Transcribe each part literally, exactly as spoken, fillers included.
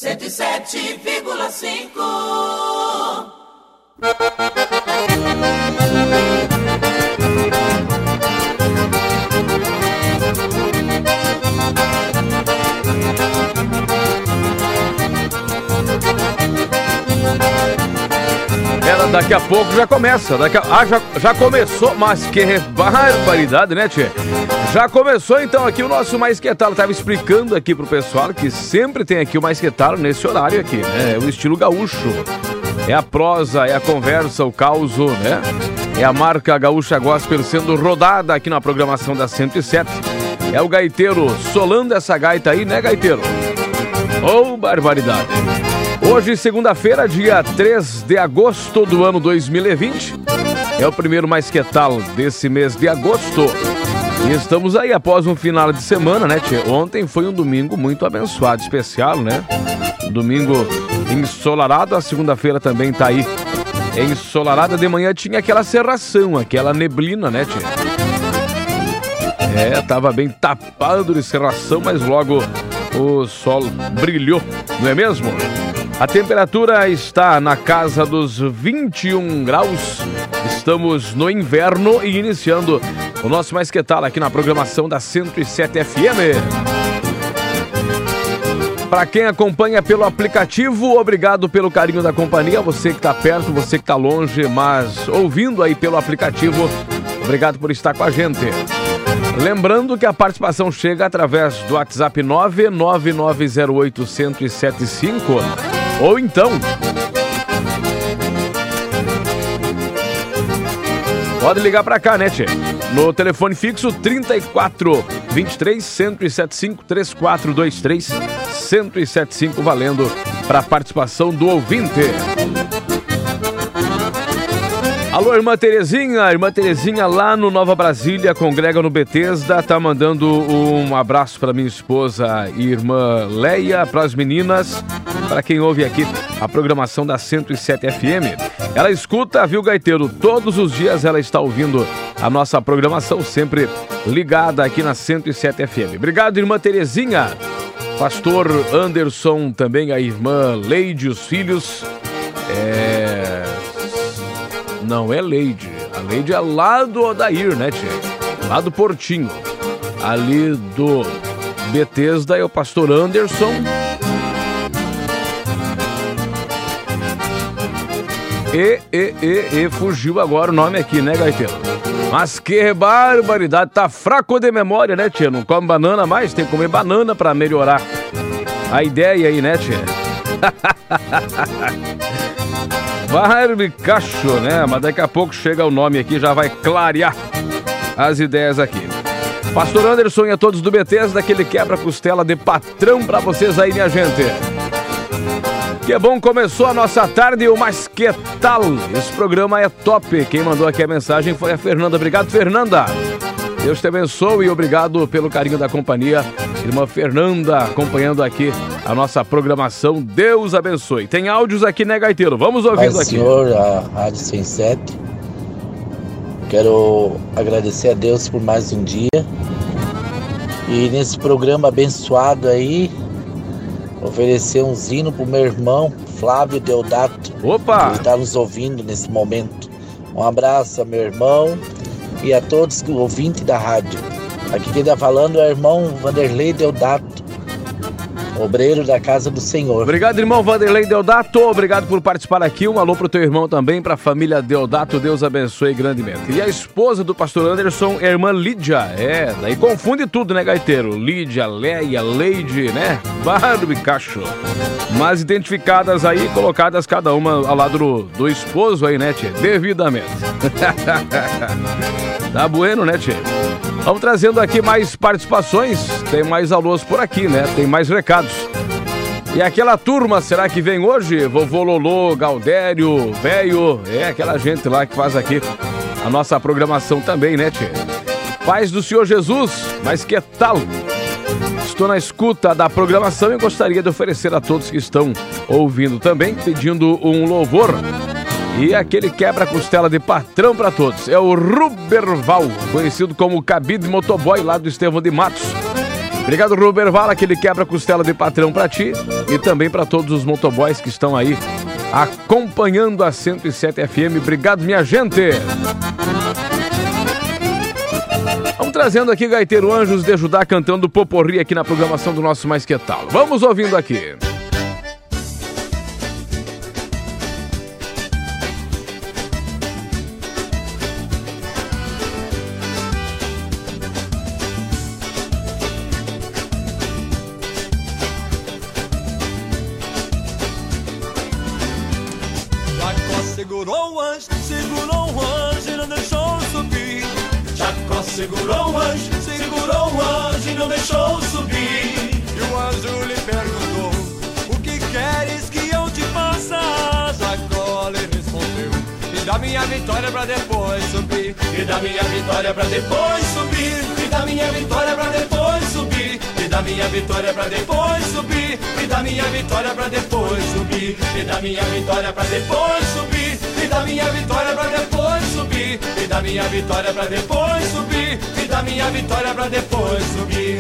cento e sete vírgula cinco. Ela daqui a pouco já começa. Daqui a... Ah, já, já começou, mas que barbaridade, né, tchê? Já começou então aqui o nosso Mais Que Tal. Eu tava explicando aqui pro pessoal que sempre tem aqui o Mais Que Tal nesse horário aqui, né? É o estilo gaúcho. É a prosa, é a conversa, o causo, né? É a marca Gaúcha Gospel sendo rodada aqui na programação da cento e sete. É o gaiteiro solando essa gaita aí, né, gaiteiro? Oh, barbaridade! Hoje, segunda-feira, dia três de agosto do ano dois mil e vinte. É o primeiro Mais Que Tal desse mês de agosto. E estamos aí após um final de semana, né, tchê? Ontem foi um domingo muito abençoado, especial, né? Domingo ensolarado, a segunda-feira também tá aí. Ensolarada, de manhã tinha aquela cerração, aquela neblina, né, tchê? É, tava bem tapado de cerração, mas logo o sol brilhou, não é mesmo? A temperatura está na casa dos vinte e um graus. Estamos no inverno e iniciando o nosso Mais Que Tal aqui na programação da cento e sete F M. Para quem acompanha pelo aplicativo, obrigado pelo carinho da companhia. Você que está perto, você que está longe, mas ouvindo aí pelo aplicativo, obrigado por estar com a gente. Lembrando que a participação chega através do WhatsApp nove nove nove zero oito um zero sete cinco ou então pode ligar para cá, né, tchê? No telefone fixo trinta e quatro, vinte e três, cento e setenta e cinco, trinta e quatro, vinte e três, cento e setenta e cinco, valendo para a participação do ouvinte. Alô, irmã Terezinha, irmã Terezinha lá no Nova Brasília, congrega no Bethesda, tá mandando um abraço para minha esposa e irmã Leia, para as meninas, para quem ouve aqui a programação da cento e sete F M. Ela escuta, viu, gaiteiro? Todos os dias ela está ouvindo a nossa programação, sempre ligada aqui na cento e sete F M. Obrigado, irmã Terezinha. Pastor Anderson, também a irmã Leide, os filhos. É... Não é Leide. A Leide é lá do Odair, né, tchê? Lá do Portinho. Ali do Bethesda é o pastor Anderson. E, e, e, e, fugiu agora o nome aqui, né, gaiteiro? Mas que barbaridade, tá fraco de memória, né, tia? Não come banana mais, tem que comer banana pra melhorar a ideia aí, né, tia? Barbicacho, né? Mas daqui a pouco chega o nome aqui, já vai clarear as ideias aqui. Pastor Anderson e a todos do Bethesda, daquele quebra-costela de patrão pra vocês aí, minha gente. Que bom, começou a nossa tarde, o Mais Que Tal? Esse programa é top. Quem mandou aqui a mensagem foi a Fernanda. Obrigado, Fernanda. Deus te abençoe e obrigado pelo carinho da companhia. Irmã Fernanda acompanhando aqui a nossa programação. Deus abençoe. Tem áudios aqui, né, gaiteiro? Vamos ouvindo Pai, aqui. Senhor, a Rádio cento e sete. Quero agradecer a Deus por mais um dia. E nesse programa abençoado aí, oferecer um hino pro meu irmão Flávio Deodato. Opa! Ele está nos ouvindo nesse momento. Um abraço a meu irmão e a todos que ouvintes da rádio. Aqui quem está falando é o irmão Vanderlei Deodato, obreiro da casa do Senhor. Obrigado, irmão Vanderlei Deodato. Obrigado por participar aqui. Um alô pro teu irmão também, pra família Deodato. Deus abençoe grandemente. E a esposa do pastor Anderson é a irmã Lídia. É, daí confunde tudo, né, gaiteiro? Lídia, Leia, Leide, né? Barbicacho. Mas identificadas aí, colocadas cada uma ao lado do, do esposo aí, né, tia? Devidamente. Tá bueno, né, tia? Vamos trazendo aqui mais participações. Tem mais alôs por aqui, né? Tem mais recados. E aquela turma, será que vem hoje? Vovô Lolô, Galdério, Velho, é aquela gente lá que faz aqui a nossa programação também, né, tia? Paz do Senhor Jesus, mas que tal? Estou na escuta da programação e gostaria de oferecer a todos que estão ouvindo também, pedindo um louvor. E aquele quebra-costela de patrão para todos é o Ruberval, conhecido como Cabide Motoboy lá do Estevão de Matos. Obrigado, Rubervala, aquele quebra-costela de patrão pra ti e também pra todos os motoboys que estão aí acompanhando a cento e sete F M. Obrigado, minha gente. Vamos trazendo aqui Gaiteiro Anjos de Judá cantando Poporri aqui na programação do nosso Mais Que Tal. Vamos ouvindo aqui. Segurou o anjo, segurou o anjo e não deixou subir. Jacó segurou o anjo, segurou o anjo e não deixou subir. E o anjo lhe perguntou: o que queres que eu te faça? Jacó lhe respondeu: me dá minha vitória pra depois subir. Me dá minha vitória pra depois subir. Me dá minha vitória pra depois subir. Me dá minha vitória pra depois subir. Me dá minha vitória pra depois subir. Me dá minha vitória pra depois subir. Me dá minha vitória pra depois subir. Me dá minha vitória pra depois subir. Me dá minha vitória pra depois subir.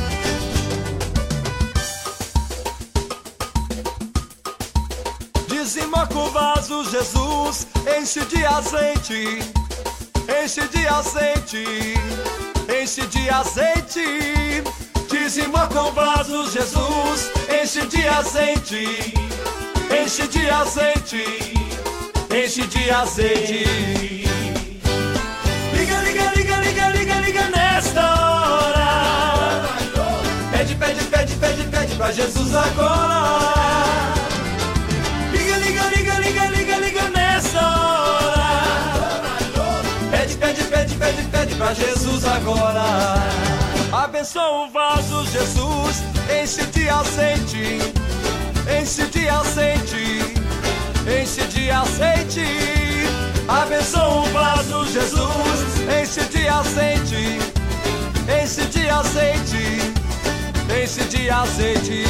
Dizima com o vaso, Jesus, enche de azeite, enche de azeite, enche de azeite. Dizima com o vaso, Jesus, enche de azeite, enche de azeite, enche de azeite. Liga, liga, liga, liga, liga, liga nesta hora. Pede, pede, pede, pede, pede pra Jesus agora. Liga, liga, liga, liga, liga, liga nesta hora. Pede, pede, pede, pede, pede pra Jesus agora. Abençoa o vaso, Jesus, enche de azeite, enche de azeite, enche de azeite. Abençoa o vaso, Jesus, enche de azeite, enche de azeite, enche de azeite.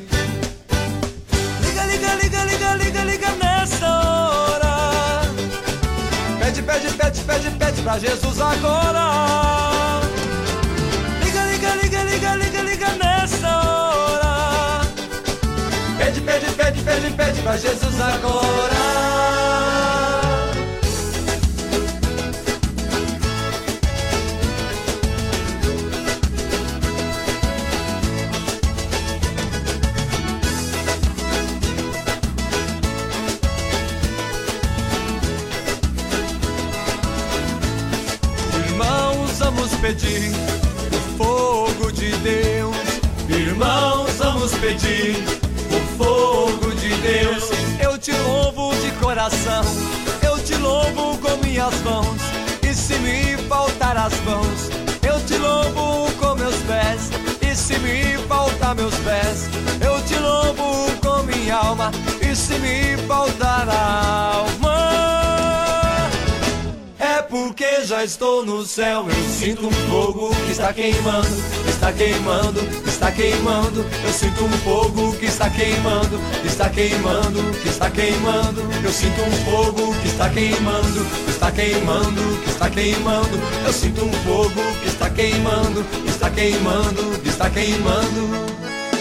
Liga, liga, liga, liga, liga, liga nessa hora. Pede, pede, pede, pede, pede pra Jesus agora. Liga, liga, liga, liga, liga, liga nessa hora. Pede, pede, pede, pede, pede pra Jesus agora. Irmãos, vamos pedir o fogo de Deus. Irmãos, vamos pedir o fogo de Deus. Eu te louvo de coração, eu te louvo com minhas mãos. E se me faltar as mãos, eu te louvo com meus pés. E se me faltar meus pés, eu te louvo com minha alma. E se me faltar a alma, é porque já estou no céu. Eu sinto um fogo que está queimando, está queimando, está queimando. Eu sinto um fogo que está queimando, está queimando, que está queimando. Eu sinto um fogo que está queimando, está queimando, que está queimando. Eu sinto um fogo que está queimando, está queimando, que está queimando.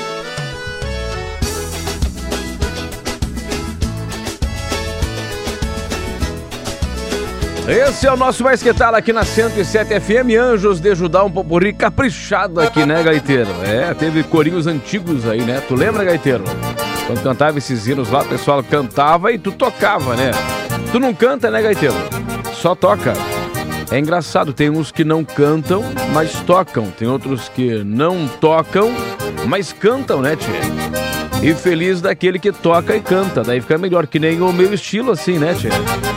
Esse é o nosso Mais Que Tal aqui na cento e sete F M. Anjos de Judá, um popurrí caprichado aqui, né, Gaiteiro? É, teve corinhos antigos aí, né? Tu lembra, Gaiteiro? Quando cantava esses hinos lá, o pessoal cantava e tu tocava, né? Tu não canta, né, Gaiteiro? Só toca. É engraçado, tem uns que não cantam, mas tocam. Tem outros que não tocam, mas cantam, né, tchê? E feliz daquele que toca e canta. Daí fica melhor, que nem o meu estilo assim, né, tchê?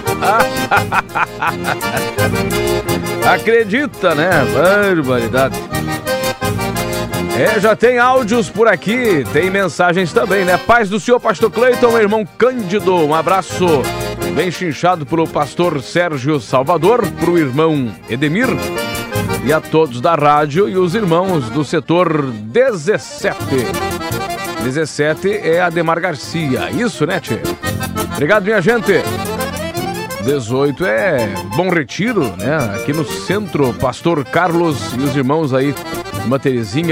Acredita, né? Barbaridade. É, já tem áudios por aqui, tem mensagens também, né? Paz do Senhor, pastor Cleiton, meu irmão Cândido, um abraço bem chinchado pro pastor Sérgio Salvador, pro irmão Edemir e a todos da rádio e os irmãos do setor dezessete. dezessete é Ademar Garcia, isso, né, tchê? Obrigado, minha gente. dezoito é Bom Retiro, né? Aqui no centro, pastor Carlos e os irmãos aí, uma Terezinha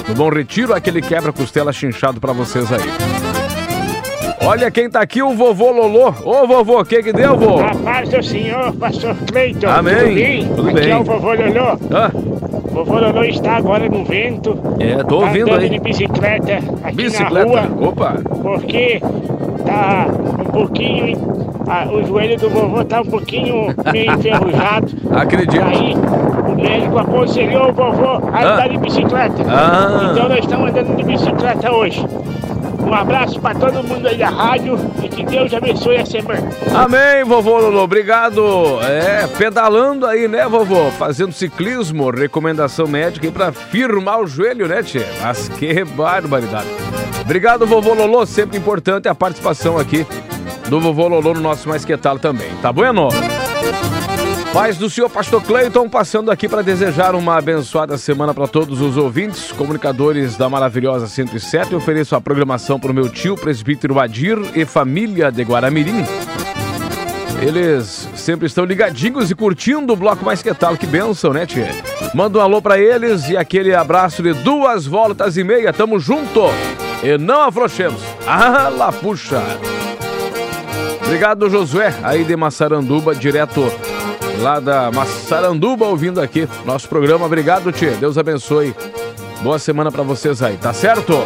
No Bom Retiro, aquele quebra-costela chinchado pra vocês aí. Olha quem tá aqui, o vovô Lolô. Ô, vovô, o que que deu, vô? A paz do senhor, pastor Cleiton. Amém. Tudo bem? Tudo aqui bem. é o vovô Lolô. Ah, O vovô Lolô está agora no vento. é, tô tá ouvindo andando aí. de bicicleta aqui Bicicleta? na rua. Opa. Porque tá um pouquinho... ah, o joelho do vovô tá um pouquinho meio enferrujado. Acredito. Aí o médico aconselhou o vovô a Ah. andar de bicicleta. Ah. Então nós estamos andando de bicicleta hoje. Um abraço para todo mundo aí da rádio e que Deus abençoe a semana. Amém, vovô Lolo, obrigado. É, pedalando aí, né, vovô? Fazendo ciclismo, recomendação médica aí pra firmar o joelho, né, tchê? Mas que barbaridade. Obrigado, vovô Lolo, sempre importante a participação aqui do vovô Lolo no nosso Mais Que Tal também, tá bueno? Paz do senhor pastor Cleiton, passando aqui para desejar uma abençoada semana para todos os ouvintes, comunicadores da maravilhosa cento e sete. Eu ofereço a programação para o meu tio, presbítero Adir e família de Guaramirim. Eles sempre estão ligadinhos e curtindo o bloco Mais Que Tal. Que bênção, né, tia? Manda um alô para eles e aquele abraço de duas voltas e meia. Tamo junto e não afrouxemos. Ah, lá puxa. Obrigado, Josué, aí de Massaranduba, direto lá da Massaranduba, ouvindo aqui nosso programa. Obrigado, tchê. Deus abençoe. Boa semana pra vocês aí, tá certo?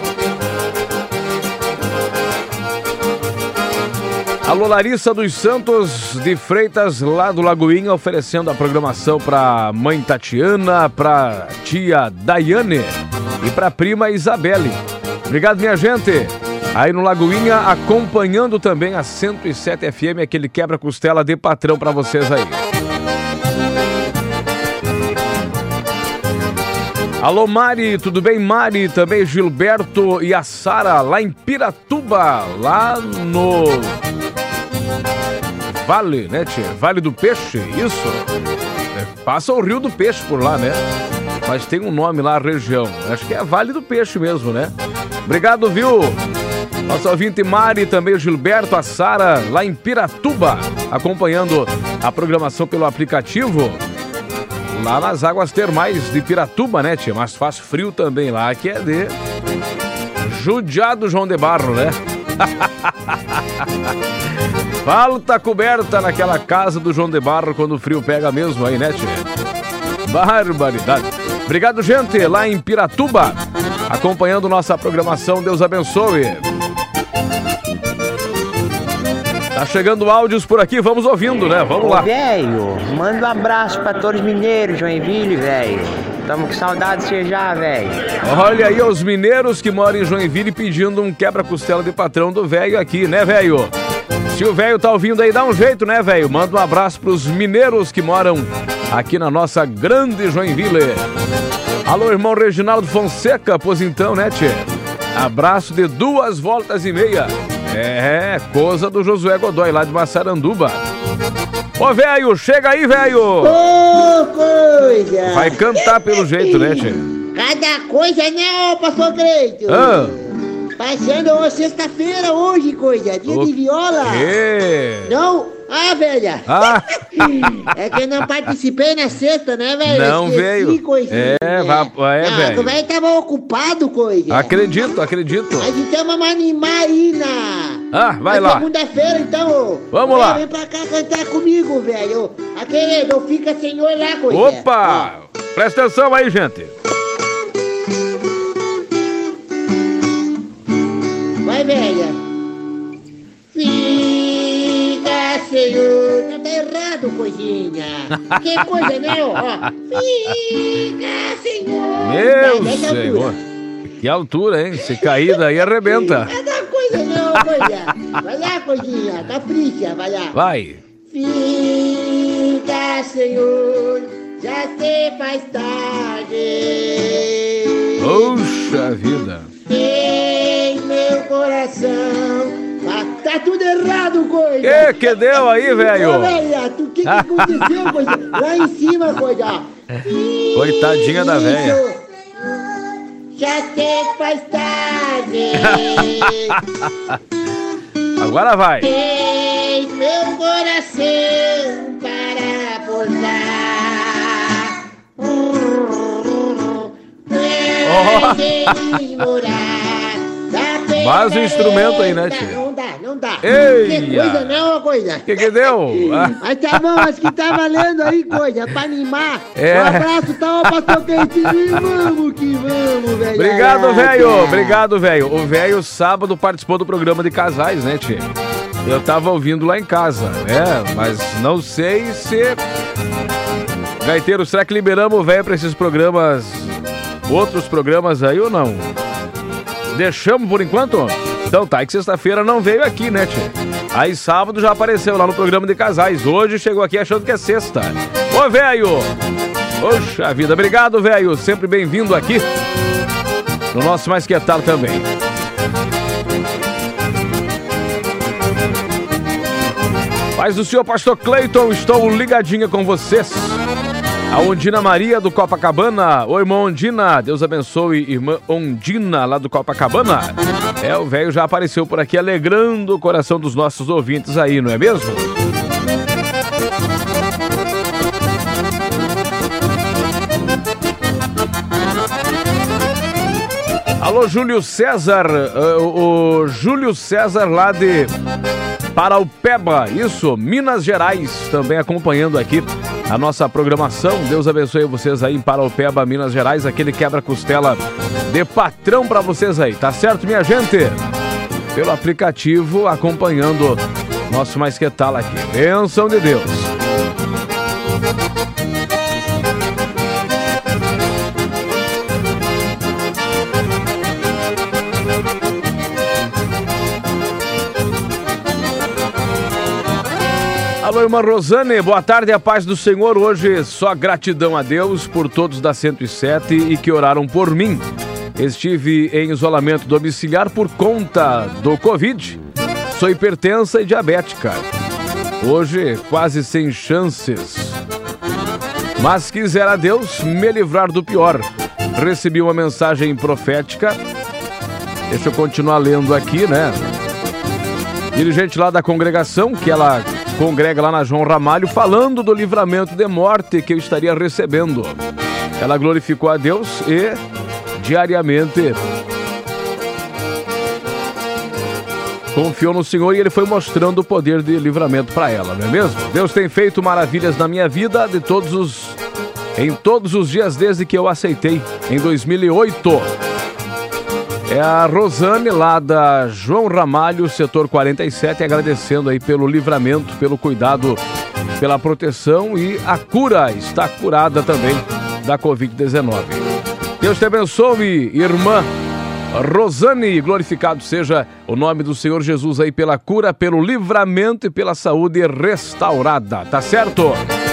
Alô, Larissa dos Santos de Freitas, lá do Lagoinha, oferecendo a programação pra mãe Tatiana, pra tia Daiane e pra prima Isabelle. Obrigado, minha gente. Aí no Lagoinha, acompanhando também a cento e sete F M, aquele quebra-costela de patrão pra vocês aí. Alô, Mari, tudo bem, Mari? Também Gilberto e a Sara, lá em Piratuba, lá no Vale, né, tia? Vale do Peixe, isso? É, passa o Rio do Peixe por lá, né? Mas tem um nome lá, a região. Acho que é Vale do Peixe mesmo, né? Obrigado, viu? Nosso ouvinte Mari, também o Gilberto, a Sara, lá em Piratuba, acompanhando a programação pelo aplicativo, lá nas águas termais de Piratuba, né, tia? Mas faz frio também lá, que é de judiado João de Barro, né? Falta coberta naquela casa do João de Barro quando o frio pega mesmo aí, né, tia? Barbaridade. Obrigado, gente, lá em Piratuba, acompanhando nossa programação. Deus abençoe. Tá chegando áudios por aqui, vamos ouvindo, né? Vamos lá. Velho, manda um abraço pra todos os mineiros, Joinville, velho. Tamo com saudade de você já, velho. Olha aí os mineiros que moram em Joinville pedindo um quebra-costela de patrão do velho aqui, né, velho? Se o velho tá ouvindo aí, dá um jeito, né, velho? Manda um abraço pros mineiros que moram aqui na nossa grande Joinville. Alô, irmão Reginaldo Fonseca, pois então, né, tchê? Abraço de duas voltas e meia. É, coisa do Josué Godoy, lá de Massaranduba. Ô, velho, chega aí, velho! Ô, coisa! Vai cantar pelo jeito, né, tchê? Cada coisa, né, ô, pastor Cleiton? Ah. Passando uma sexta-feira hoje, coisa. Dia O de viola. quê? Não? Ah, velha. Ah. É que eu não participei na sexta, né, velho? Não Esqueci, veio. Coisinha, É, né? vai- é, ah, velho. O velho tava ocupado, coisa. Acredito, acredito. Mas então vamos animar aí na... Ah, vai na lá. segunda-feira, então. Ô. Vamos Velho, lá. Vem pra cá cantar comigo, velho. Aquele do Fica Senhor lá, coisa. Opa! Presta atenção aí, gente. Vai, velha. Fica, Senhor. Não tá errado, coisinha. Que coisa, né, ó? Ó. Fica, Senhor. Meu Vai, dessa Senhor. altura. Que altura, hein? Se cair daí, arrebenta. É da coisa, não, coisa. Vai lá, coisinha. Capricha, vai lá. Vai. Fica, Senhor. Já se faz tarde. Puxa vida. Em meu coração. Ah, tá tudo errado, coisa. Que que deu aí, Ô, velho? velha, tu que que aconteceu, coisa? Lá em cima, coisa. Coitadinha da velha. Já se faz tarde. Agora vai. Em meu coração para posar. vai demorar. Mas o instrumento aí, né, tia? Não dá, não dá. Eia. Que coisa não, coisa. O que que deu? Ah. Mas tá bom, mas que tá valendo aí, coisa, pra animar. É. Um abraço, tá, pastor Quentinho, e vamos que vamos, velho. Obrigado, velho. Obrigado, velho. O velho sábado participou do programa de casais, né, tia? Eu tava ouvindo lá em casa, né? Mas não sei se... Gaiteiro, será que liberamos o velho pra esses programas, outros programas aí ou não? Deixamos por enquanto? Então tá, é que sexta-feira não veio aqui, né, tia? Aí sábado já apareceu lá no programa de casais. Hoje chegou aqui achando que é sexta. Ô, velho! Poxa vida, obrigado, velho. Sempre bem-vindo aqui no nosso Mais Que Tal também. Paz do Senhor, pastor Cleiton, estou ligadinha com vocês. A Ondina Maria do Copacabana. Oi, irmã Ondina. Deus abençoe, irmã Ondina, lá do Copacabana. É, o velho já apareceu por aqui alegrando o coração dos nossos ouvintes aí, não é mesmo? Alô, Júlio César. Uh, o Júlio César lá de Paraupeba, isso, Minas Gerais, também acompanhando aqui a nossa programação. Deus abençoe vocês aí em Paraupeba, Minas Gerais. Aquele quebra-costela de patrão pra vocês aí, tá certo, minha gente? Pelo aplicativo, acompanhando nosso Mais Que Tal aqui. Bênção de Deus. Alô, irmã Rosane, boa tarde, a paz do Senhor. Hoje só gratidão a Deus por todos da cento e sete e que oraram por mim. Estive em isolamento domiciliar por conta do Covid. Sou hipertensa e diabética. Hoje quase sem chances. Mas quisera Deus me livrar do pior. Recebi uma mensagem profética. Deixa eu continuar lendo aqui, né? Dirigente lá da congregação, que ela congrega lá na João Ramalho, falando do livramento de morte que eu estaria recebendo. Ela glorificou a Deus e diariamente confiou no Senhor e Ele foi mostrando o poder de livramento para ela, não é mesmo? Deus tem feito maravilhas na minha vida de todos os, em todos os dias desde que eu aceitei, em dois mil e oito. É a Rosane, lá da João Ramalho, setor quarenta e sete, agradecendo aí pelo livramento, pelo cuidado, pela proteção e a cura, está curada também da covid dezenove. Deus te abençoe, irmã Rosane, glorificado seja o nome do Senhor Jesus aí pela cura, pelo livramento e pela saúde restaurada, tá certo?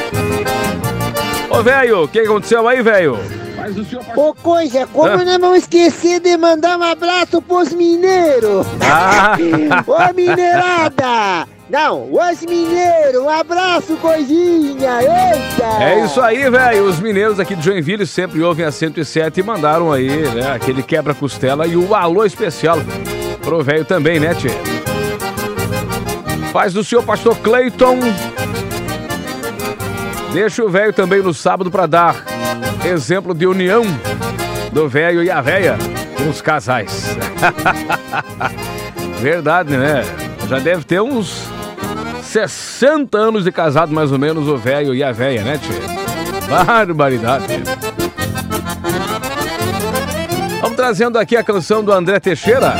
Ô, velho, o que aconteceu aí, velho? Ô, coisa, como ah. não vamos esquecer de mandar um abraço pros mineiros? Ah. Ô, mineirada! Não, os mineiros, um abraço, coisinha, eita! É isso aí, velho, os mineiros aqui de Joinville sempre ouvem a cento e sete e mandaram aí, né, aquele quebra-costela e o alô especial pro velho também, né, tchê? Paz do Senhor, pastor Cleiton. Deixa o velho também no sábado pra dar exemplo de união do velho e a véia com os casais. Verdade, né? Já deve ter uns sessenta anos de casado, mais ou menos, o velho e a véia, né, tio? Barbaridade. Vamos trazendo aqui a canção do André Teixeira.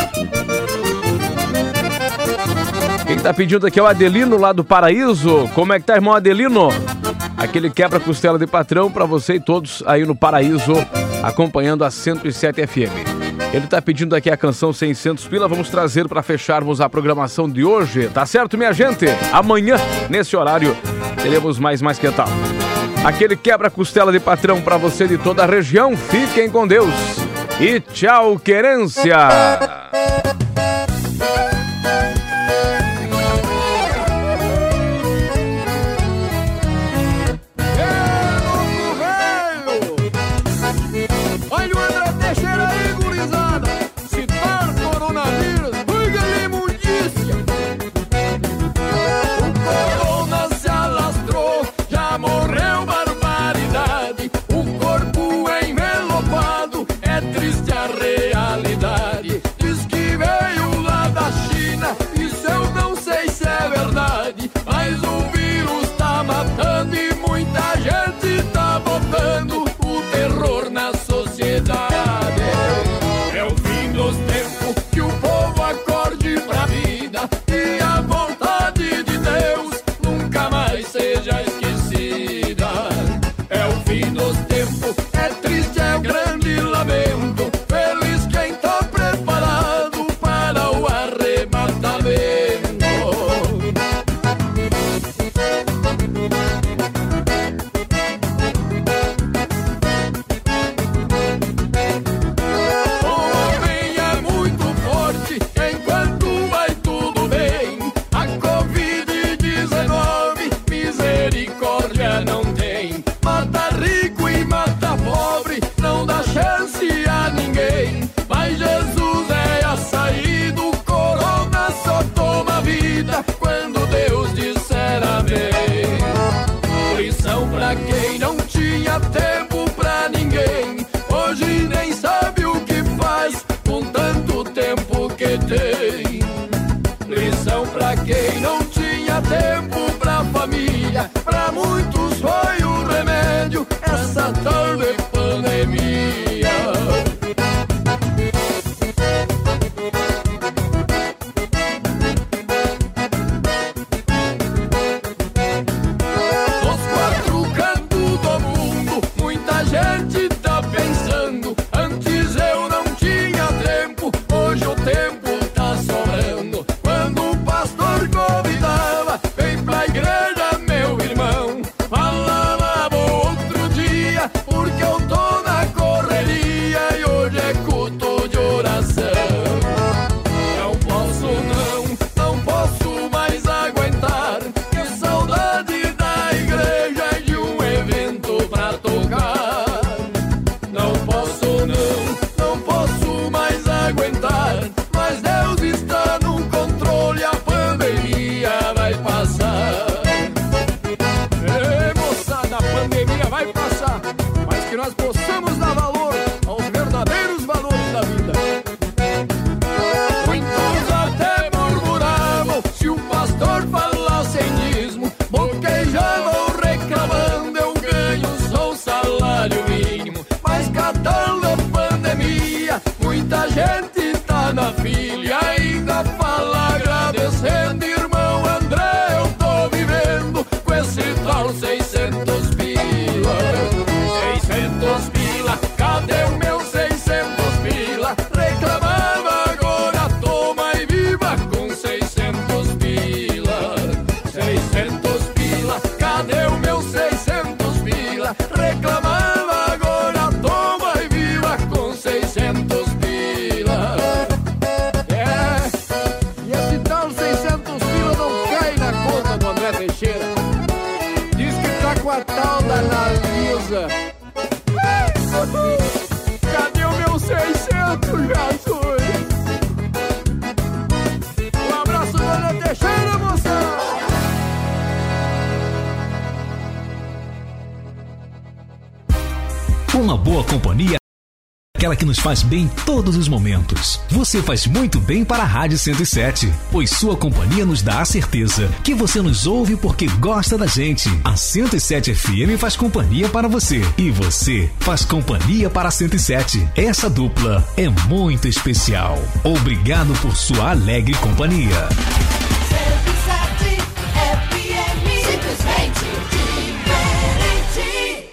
Quem tá pedindo aqui é o Adelino, lá do Paraíso. Como é que tá, irmão Adelino? Aquele quebra-costela de patrão pra você e todos aí no Paraíso, acompanhando a cento e sete F M. Ele tá pedindo aqui a canção seiscentos pila, vamos trazer para fecharmos a programação de hoje, tá certo, minha gente? Amanhã, nesse horário, teremos mais Mais Que Tal. Aquele quebra-costela de patrão para você de toda a região, fiquem com Deus e tchau, querência! Morreu barbaridade, o corpo envelopado, é triste. quem não tinha tempo pra família, pra muitos foi o remédio, essa tal de pandemia. Nos quatro cantos do mundo, muita gente tá pensando, antes eu não tinha tempo, hoje o tempo tá sobrando. Quando o pastor convidava, vem pra igreja meu irmão, falava outro dia, porque eu tô na correria e hoje é culto de oração. Não posso não, não posso mais aguentar, que saudade da igreja e de um evento pra tocar. Não posso não, não posso mais aguentar, mas Deus está no controle, a pandemia vai passar. Ei, moçada, a pandemia vai passar, mas que nós possamos dar valor aos verdadeiros valores da vida. Muitos até murmuravam se o pastor falasse em dízimo, boquejavam reclamando, eu ganho só o salário mínimo. Mas catando a pandemia, muita gente tá na fila e ainda fala agradecendo. Irmão André, eu tô vivendo com esse tal seiscentos pila. Seiscentos pila, cadê o meu seiscentos pila? Reclamava, agora toma e viva com seiscentos pila. Seiscentos pila, cadê o meu seiscentos pila? Reclamava, agora toma e viva com seiscentos pila. É, e esse tal seiscentos pila não cai na conta do André Teixeira. Diz que tá com a tal da Analisa. Cadê o meu seiscentos, Jesus? Um abraço do André Teixeira, moçada! Uma boa companhia é aquela que nos faz bem em todos os momentos. Você faz muito bem para a Rádio cento e sete, pois sua companhia nos dá a certeza que você nos ouve porque gosta da gente. A cento e sete F M faz companhia para você e você faz companhia para a cento e sete. Essa dupla é muito especial. Obrigado por sua alegre companhia. cento e sete F M, simplesmente diferente.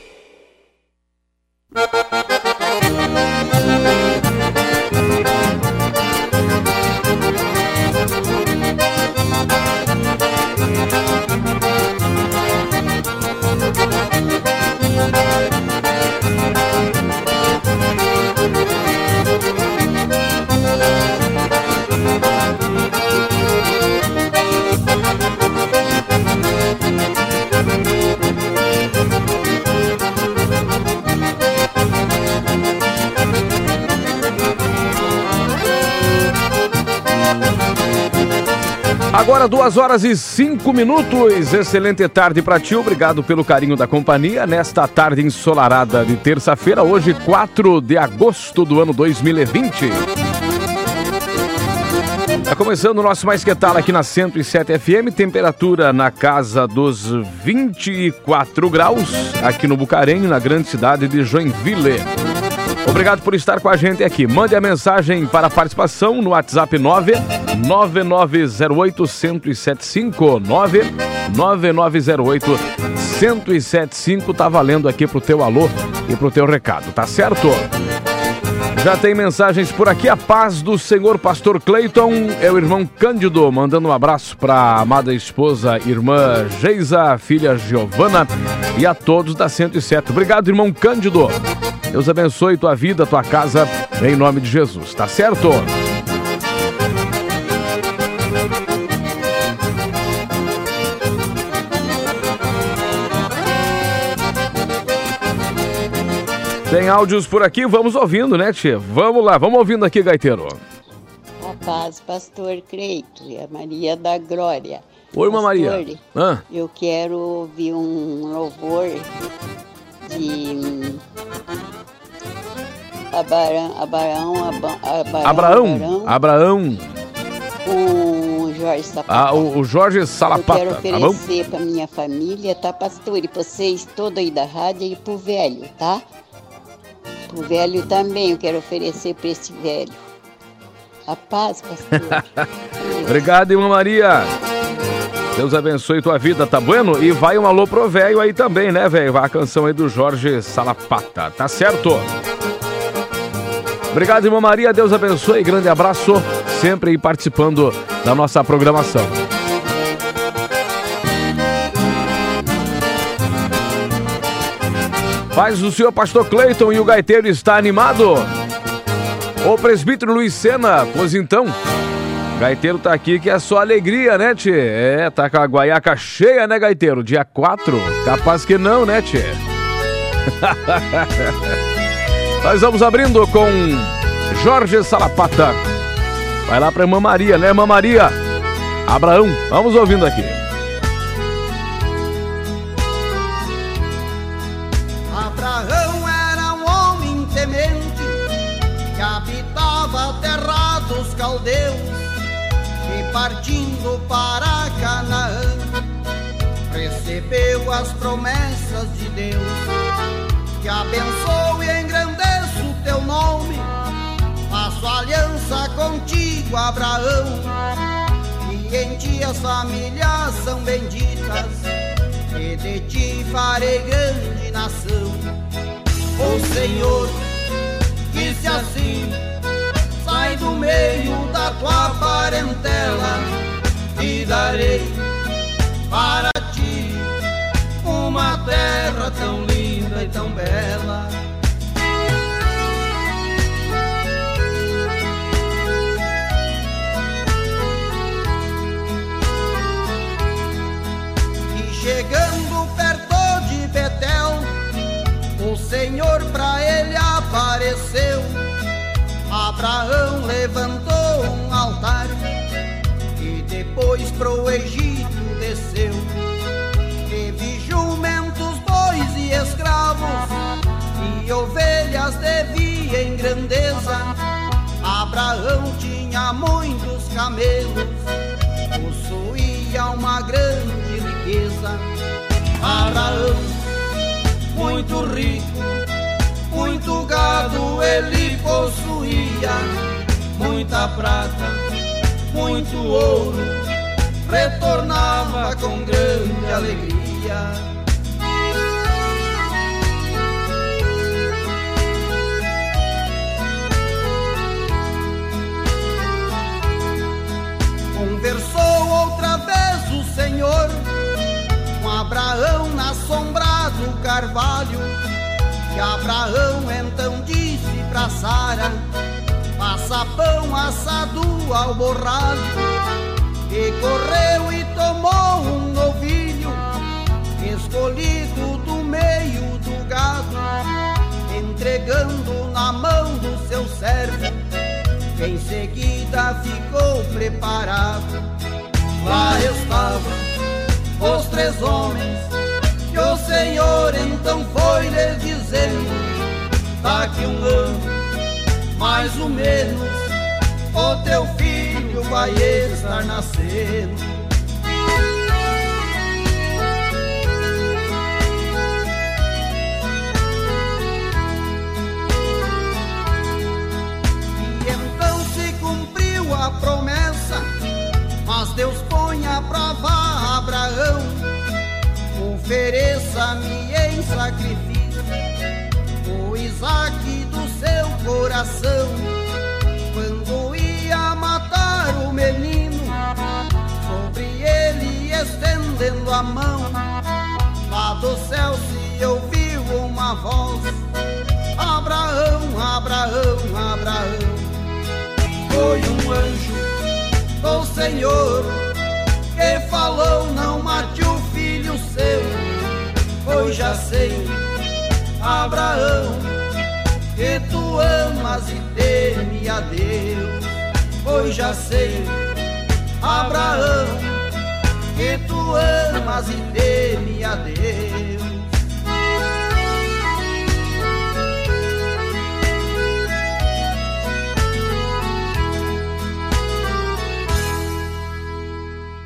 Agora duas horas e cinco minutos, excelente tarde para ti, obrigado pelo carinho da companhia nesta tarde ensolarada de terça-feira, hoje quatro de agosto do ano dois mil e vinte. Está começando o nosso Mais Que Tal aqui na cento e sete F M, temperatura na casa dos vinte e quatro graus, aqui no Bucarenho, na grande cidade de Joinville. Obrigado por estar com a gente aqui. Mande a mensagem para a participação no WhatsApp nove nove nove zero oito um zero sete cinco, nove nove nove zero oito um zero sete cinco. Tá valendo aqui pro teu alô e pro teu recado, tá certo? Já tem mensagens por aqui. A paz do Senhor, Pastor Cleiton, é o irmão Cândido, mandando um abraço para a amada esposa, irmã Geisa, filha Giovana e a todos da cento e sete. Obrigado, irmão Cândido. Deus abençoe tua vida, tua casa, em nome de Jesus, tá certo? Tem áudios por aqui, vamos ouvindo, né, tia? Vamos lá, vamos ouvindo aqui, gaiteiro. A paz, pastor Cleito e a Maria da Glória. Oi, irmã Maria. Ah. Eu quero ouvir um louvor de Abarão, Abarão, Abarão, Abraão, Abraão. Com Jorge Sapata. Ah, o, o Jorge Salapata, Eu tá quero bom? oferecer pra minha família, tá, pastor? E vocês todos aí da rádio e pro velho, tá? Pro velho também, eu quero oferecer pra esse velho. A paz, pastor. Obrigado, irmã Maria. Deus abençoe tua vida, tá bueno? E vai um alô pro velho aí também, né, velho? Vai a canção aí do Jorge Salapata, tá certo? Obrigado, irmã Maria. Deus abençoe. Grande abraço. Sempre aí participando da nossa programação. Paz do senhor pastor Cleiton e o gaiteiro está animado? Ô presbítero Luiz Sena, pois então, o gaiteiro tá aqui que é só alegria, né, tchê? É, tá com a guaiaca cheia, né, gaiteiro? Dia quatro, capaz que não, né, tchê? Nós vamos abrindo com Jorge Salapata. Vai lá pra irmã Maria, né, irmã Maria? Abraão, vamos ouvindo aqui. Abraão era um homem temente que habitava a terra dos caldeus e partindo para Canaã recebeu as promessas de Deus. Que abençoe e engrandeça o teu nome, faço aliança contigo, Abraão, e em ti as famílias são benditas, e de ti farei grande nação. O Senhor disse assim: sai do meio da tua parentela, te darei para ti uma terra tão linda e tão bela. E chegando perto de Betel, o Senhor pra ele apareceu. Abraão levantou um altar e depois pro Egito desceu. Teve jumentos, bois e escravos e ovelhas de via em grandeza. Abraão tinha muitos camelos, possuía uma grande riqueza. Abraão, muito rico, muito gado ele possuía, muita prata, muito ouro, retornava com grande alegria. Conversou outra vez o Senhor com Abraão na sombra do carvalho. E Abraão então disse pra Sara: faça pão assado ao borralho. E correu e tomou um novilho escolhido do meio do gado, entregando na mão do seu servo, que em seguida ficou preparado. Lá estavam os três homens, e o Senhor então foi lhes dizendo: daqui um ano, mais ou menos, o teu filho vai estar nascendo. E então se cumpriu a promessa, mas Deus põe a prova Abraão: ofereça-me em sacrifício o Isaque do seu coração. Quando ia matar o menino, sobre ele estendendo a mão, lá do céu se ouviu uma voz: Abraão, Abraão, Abraão. Foi um anjo do Senhor que falou: não mate o filho seu. Pois já sei, Abraão, que tu amas e teme a Deus. Pois já sei, Abraão, que tu amas e teme a Deus.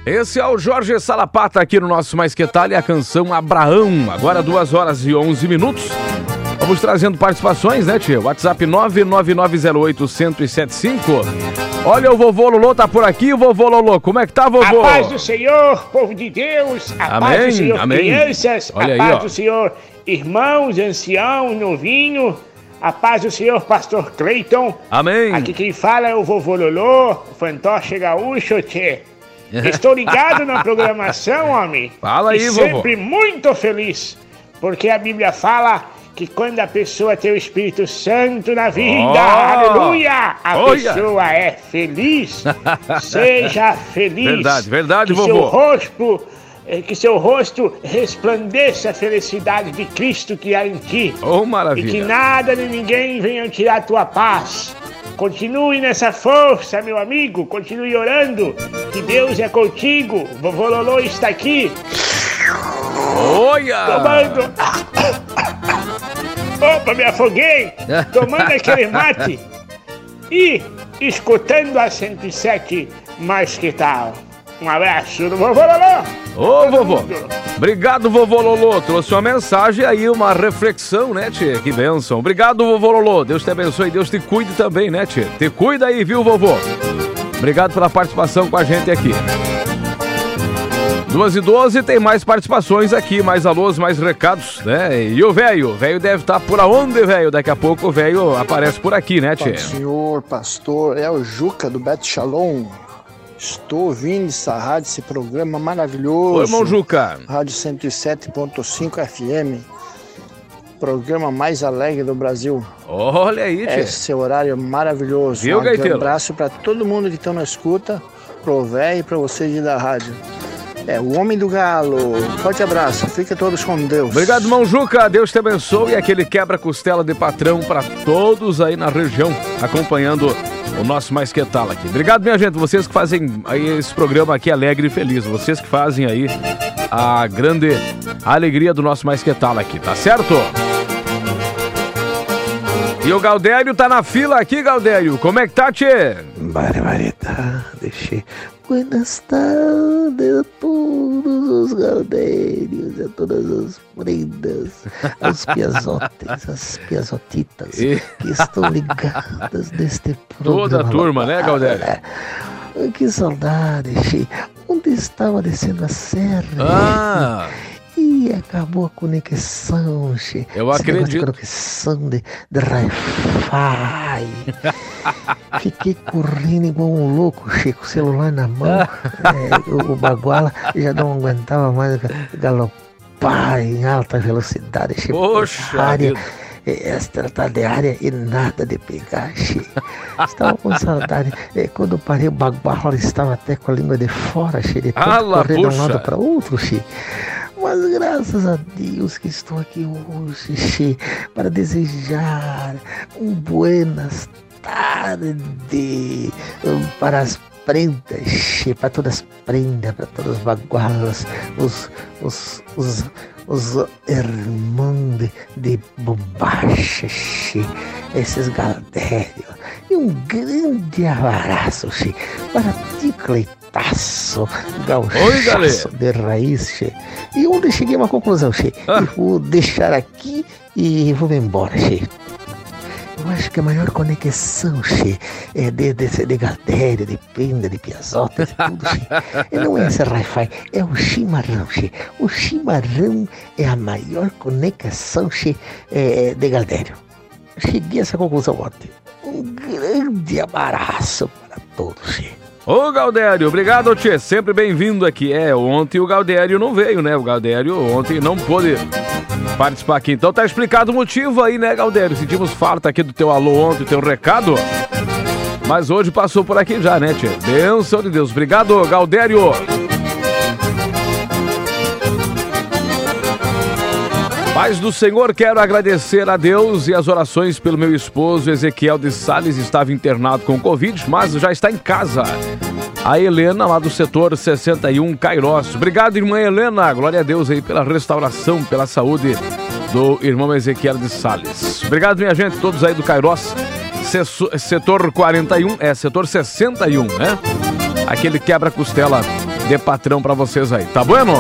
Esse é o Jorge Salapata aqui no nosso Mais Que Tal e a canção Abraão. Agora duas horas e onze minutos. Vamos trazendo participações, né, tia? WhatsApp nove nove nove zero oito um zero sete cinco. Olha, o vovô Lolô tá por aqui. O vovô Lolô, como é que tá, vovô? A paz do Senhor, povo de Deus. A amém, paz do Senhor, amém. Crianças. Olha a aí, paz ó. do Senhor, irmãos, anciãos, novinho. A paz do Senhor, pastor Cleiton. Amém. Aqui quem fala é o vovô Lolô, o fantoche gaúcho, tchê. Estou ligado na programação, homem. Fala aí, e vovô. sempre muito feliz, porque a Bíblia fala que quando a pessoa tem o Espírito Santo na vida, oh, aleluia, a olha. pessoa é feliz. Seja feliz. Verdade, verdade, que vovô. Seu rosto, que seu rosto resplandeça a felicidade de Cristo que há em ti. Oh, maravilha. E que nada nem ninguém venha tirar a tua paz. Continue nessa força, meu amigo. Continue orando. Que Deus é contigo. Vovô Lolô está aqui. Olha! Tomando. Opa, me afoguei. Tomando aquele mate. E escutando a cento e sete Mais Que Tal. Um abraço do vovô Lolô. Ô, vovô. Obrigado, vovô Lolô. Trouxe uma mensagem aí, uma reflexão, né, tia? Que bênção. Obrigado, vovô Lolô. Deus te abençoe e Deus te cuide também, né, tia? Te cuida aí, viu, vovô? Obrigado pela participação com a gente aqui. duas e doze, tem mais participações aqui, mais alôs, mais recados, né? E o velho? O velho deve estar por aonde, velho? Daqui a pouco o velho aparece por aqui, né, tia? Senhor pastor, é o Juca do Bet Shalom. Estou ouvindo essa rádio, esse programa maravilhoso. Oi, irmão Juca. Rádio cento e sete ponto cinco F M. Programa mais alegre do Brasil. Olha aí, tia. Esse horário maravilhoso. Viu, um Gaiteiro? abraço para todo mundo que está na escuta, pro velho e para vocês da rádio. É o Homem do Galo. Forte abraço. Fiquem todos com Deus. Obrigado, irmão Juca. Deus te abençoe. E aquele quebra-costela de patrão para todos aí na região, acompanhando o nosso Mais Que Tal aqui. Obrigado, minha gente. Vocês que fazem aí esse programa aqui alegre e feliz. Vocês que fazem aí a grande alegria do nosso Mais Que Tal aqui, tá certo? E o Galdério tá na fila aqui, Galdério. Como é que tá, tchê? Barbaridade. Buenas tardes a todos os galdérios, a todas as prendas, os piazotes, as piazotitas E... que estão ligadas neste programa. Toda a turma, né, Galdério? Que saudade, che. Onde estava descendo a serra? Ah! E acabou a conexão, che. Eu Esse acredito. negócio de conexão de, de Wi-Fi. Fiquei correndo igual um louco, che, com o celular na mão. É, o, o baguala já não aguentava mais galopar em alta velocidade. Che, Poxa área, vida. é, se tratar de área e nada de pegar, che. Estava com saudade. É, quando eu parei, o baguala estava até com a língua de fora, che, de tanto Ala, correr de um puxa. lado para outro, che. Mas graças a Deus que estou aqui hoje, che, para desejar um buenas tardes para as prendas, che, para todas as prendas, para todos os bagualas, os, os, os, os irmãos de, de bombacha, che, esses galdérios. E um grande abraço, che, para ti, Cleitaço, gauchaço de raiz, che. E onde cheguei a uma conclusão, che. Ah. Eu vou deixar aqui e vou me embora, che. Eu acho que a maior conexão, che, é de, de, de Galdério, de Penda, de Piazota, de tudo, che. E não é esse Wi-Fi, é o chimarrão, che. O chimarrão é a maior conexão, che, é, de Galdério. Cheguei a essa conclusão ontem. Um grande abraço para todos, che. Ô, Galdério, obrigado, tchê. Sempre bem-vindo aqui. É, ontem o Galdério não veio, né? O Galdério ontem não pôde participar aqui. Então tá explicado o motivo aí, né, Galdério? Sentimos falta aqui do teu alô ontem, do teu recado. Mas hoje passou por aqui já, né, tchê? Bênção de Deus. Obrigado, Galdério. Paz do Senhor, quero agradecer a Deus e as orações pelo meu esposo Ezequiel de Sales, estava internado com Covid, mas já está em casa. A Helena, lá do setor sessenta e um, Cairós. Obrigado, irmã Helena. Glória a Deus aí pela restauração, pela saúde do irmão Ezequiel de Sales. Obrigado, minha gente, todos aí do Cairós. Setor quarenta e um, é, setor sessenta e um, né? Aquele quebra-costela de patrão pra vocês aí, tá bueno?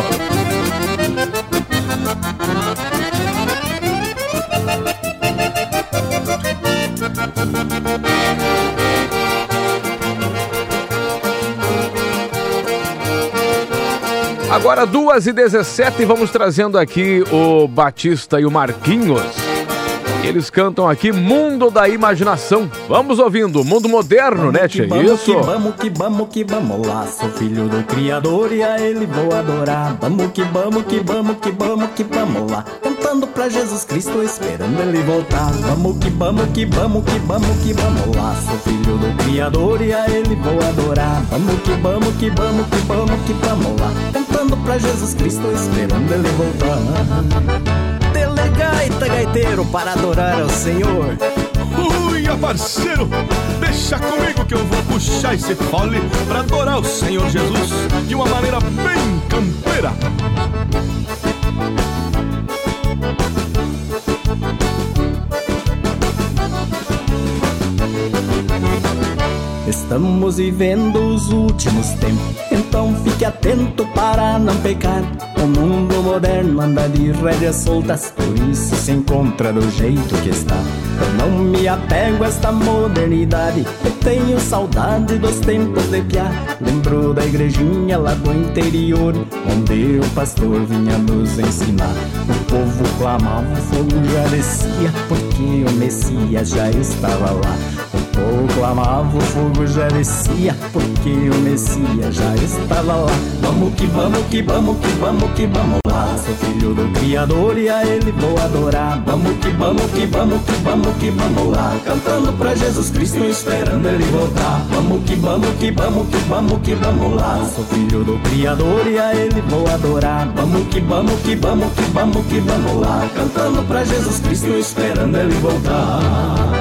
Agora duas e dezessete, vamos trazendo aqui o Batista e o Marquinhos. Eles cantam aqui Mundo da Imaginação. Vamos ouvindo, Mundo Moderno, né, tia? Isso. Vamos que vamos que vamos lá. Sou filho do Criador e a Ele vou adorar. Vamos que vamos que vamos que vamos que vamos lá. Cantando pra Jesus Cristo, esperando Ele voltar. Vamos que vamos que vamos que vamos que vamos lá. Sou filho do Criador e a Ele vou adorar. Vamos que vamos que vamos que vamos que vamos lá. Cantando pra Jesus Cristo, esperando Ele voltar. Gaita, gaiteiro, para adorar ao Senhor. Ui, parceiro, deixa comigo que eu vou puxar esse fole para adorar o Senhor Jesus de uma maneira bem campeira. Estamos vivendo os últimos tempos, então fique atento para não pecar. O mundo moderno anda de rédeas soltas, por isso se encontra do jeito que está. Eu não me apego a esta modernidade, eu tenho saudade dos tempos de piá. Lembro da igrejinha lá do interior, onde o pastor vinha nos ensinar. O povo clamava, o fogo já descia, porque o Messias já estava lá. O povo clamava, o fogo já descia, porque o Messias já estava lá. Vamos que vamos, que vamos, que vamos, que vamos lá. Sou filho do Criador e a Ele vou adorar. Vamos que vamos, que vamos, que vamos, que vamos lá. Cantando pra Jesus Cristo, esperando Ele voltar. Vamos que vamos, que vamos, que vamos, que vamos lá. Sou filho do Criador e a Ele vou adorar. Vamos que vamos, que vamos, que vamos, que vamos lá. Cantando pra Jesus Cristo, esperando Ele voltar.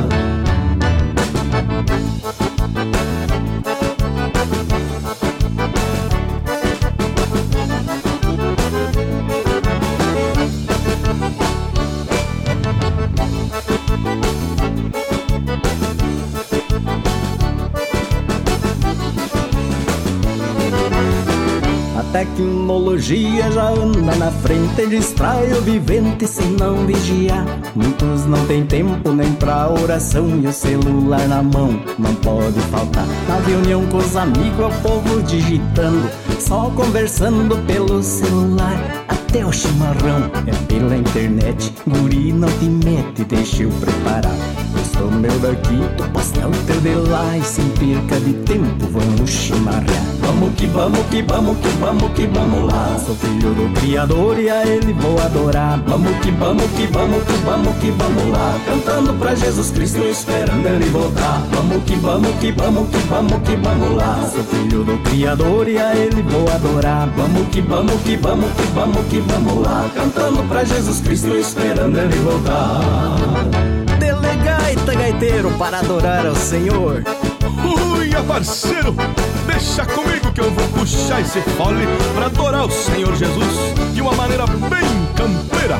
Tecnologia já anda na frente, distrai o vivente se não vigiar. Muitos não tem tempo nem pra oração e o celular na mão não pode faltar. Na reunião com os amigos é o povo digitando, só conversando pelo celular. Até o chimarrão é pela internet, guri não te mete, deixa eu preparar. Eu sou meu daqui, tu posta o teu de lá e sem perca de tempo vamos chimarrear. Vamos que vamos, que vamos, que vamos, que vamos lá. Sou filho do Criador e a Ele vou adorar. Vamos que vamos, que vamos, que vamos, que vamos lá. Cantando pra Jesus Cristo, esperando Ele voltar. Vamos que vamos, que vamos, que vamos, que vamos lá. Sou filho do Criador e a Ele vou adorar. Vamos que vamos, que vamos, que vamos, que vamos lá. Cantando pra Jesus Cristo, esperando Ele voltar. Delegaita, gaiteiro, para adorar ao Senhor. Ui, parceiro, deixa comigo que eu vou puxar esse fole para adorar o Senhor Jesus de uma maneira bem campeira.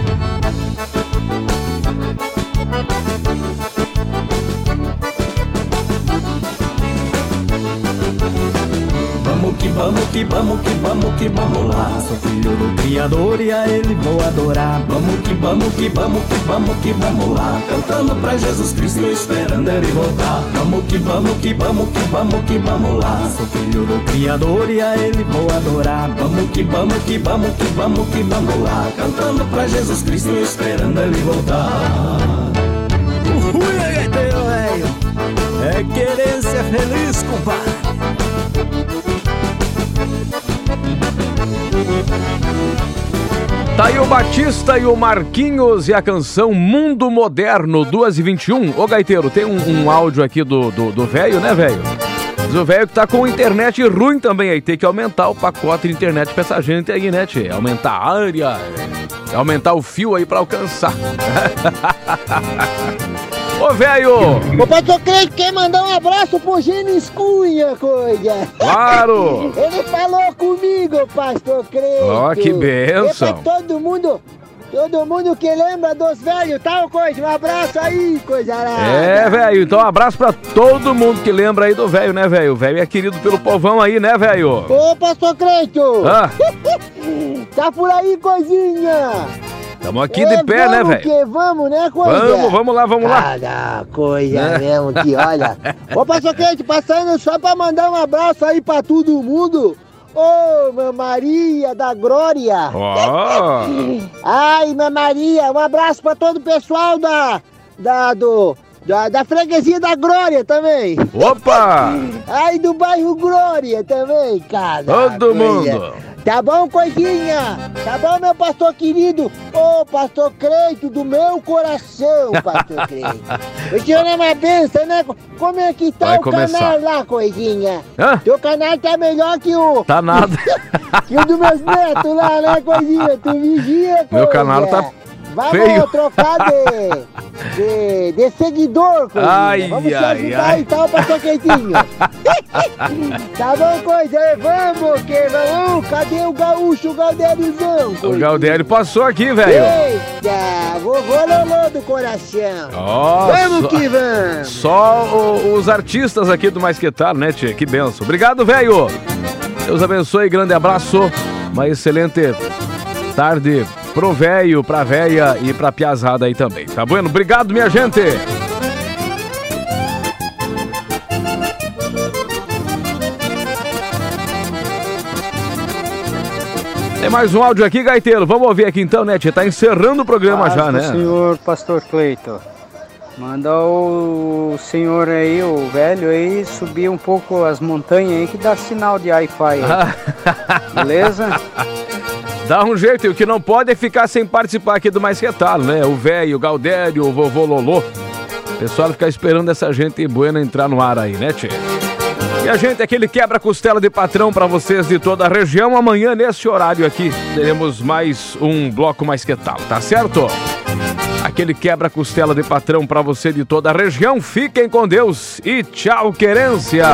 Vamos que vamos, que vamos, que vamos, que vamos lá. Sou filho do Criador e a Ele vou adorar. Vamos que vamos, que vamos, que vamos, que vamos lá. Cantando pra Jesus Cristo, esperando Ele voltar. Vamos que vamos, que vamos, que vamos, que vamos lá. Sou filho do Criador e a Ele vou adorar. Vamos que vamos, que vamos, que vamos, que vamos lá. Cantando pra Jesus Cristo, esperando Ele voltar. Ui, gaiteiro velho, é querência feliz, compadre. Tá aí o Batista e o Marquinhos e a canção Mundo Moderno, duas e vinte e um. Ô, gaiteiro, tem um, um áudio aqui do do velho, né, velho? Diz o velho que tá com internet ruim também aí, tem que aumentar o pacote de internet pra essa gente aí, né, tchê? Aumentar a área, aumentar o fio aí pra alcançar. Ô, velho! Ô, pastor Crente, quer mandar um abraço pro Gênesis Cunha, coisa. Claro! Ele falou comigo, pastor Crente. Ó, oh, que bênção. É pra todo mundo Todo mundo que lembra dos velhos, tal coisa. Um abraço aí, coisa arada. É, velho. Então, um abraço pra todo mundo que lembra aí do velho, né, velho? O velho é querido pelo povão aí, né, velho? Ô, pastor Cleito. Ah. Tá por aí, coisinha. Tamo aqui é, de pé, né, velho? Que vamos, né, coisa? Vamos, vamos lá, vamos lá. Cada coisa É. mesmo que, olha. Ô, pastor Cleito, passando só pra mandar um abraço aí pra todo mundo. Ô, minha Maria da Glória! Ó. Ai, minha Maria, um abraço pra todo o pessoal da, da, do, da, da freguesia da Glória também! Opa! Ai, do bairro Glória também, cara! Todo mundo! Tá bom, coisinha? Tá bom, meu pastor querido? Ô, pastor Creito do meu coração, pastor Creito! O senhor é uma benção, né? Como é que tá Vai o começar. canal lá, coisinha? Hã? Teu canal tá melhor que o... Tá nada. que o dos meus netos lá, né, coisinha? Tu vigia, coisa. Meu canal tá Vamos feio. trocar de, de, de seguidor, coisinha. Ai, Vamos se ai, ajudar ai. e tal, pastor Queitinho. Tá bom, coisa? Vamos, que vamos. Cadê o gaúcho, o Galdériozão? O Galdério passou aqui, velho. Eita, vovô Lolô do coração. Ó, Vamos só- que vamos. Só o- os artistas aqui do Mais Que Tal, né, tia? Que benção. Obrigado, velho. Deus abençoe, grande abraço. Uma excelente tarde pro velho, pra véia e pra piazada aí também. Tá bueno? Obrigado, minha gente. Tem mais um áudio aqui, gaiteiro. Vamos ouvir aqui então, né, tia? Tá encerrando o programa Paz já, do né? senhor pastor Cleito. Manda o senhor aí, o velho aí, subir um pouco as montanhas aí que dá sinal de Wi-Fi aí. Beleza? Dá um jeito, e o que não pode é ficar sem participar aqui do Mais Que Tal, né? O velho, o Galdério, o vovô Lolô. O pessoal fica esperando essa gente buena entrar no ar aí, né, tchê? E a gente, aquele quebra-costela de patrão pra vocês de toda a região. Amanhã, nesse horário aqui, teremos mais um bloco Mais Que Tal, tá certo? Aquele quebra-costela de patrão pra você de toda a região. Fiquem com Deus e tchau, querência!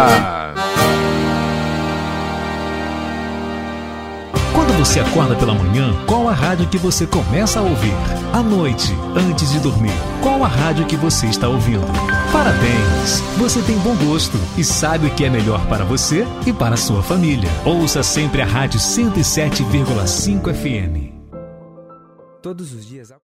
Quando você acorda pela manhã, qual a rádio que você começa a ouvir? À noite, antes de dormir, qual a rádio que você está ouvindo? Parabéns! Você tem bom gosto e sabe o que é melhor para você e para a sua família. Ouça sempre a Rádio cento e sete vírgula cinco F M. Todos os dias...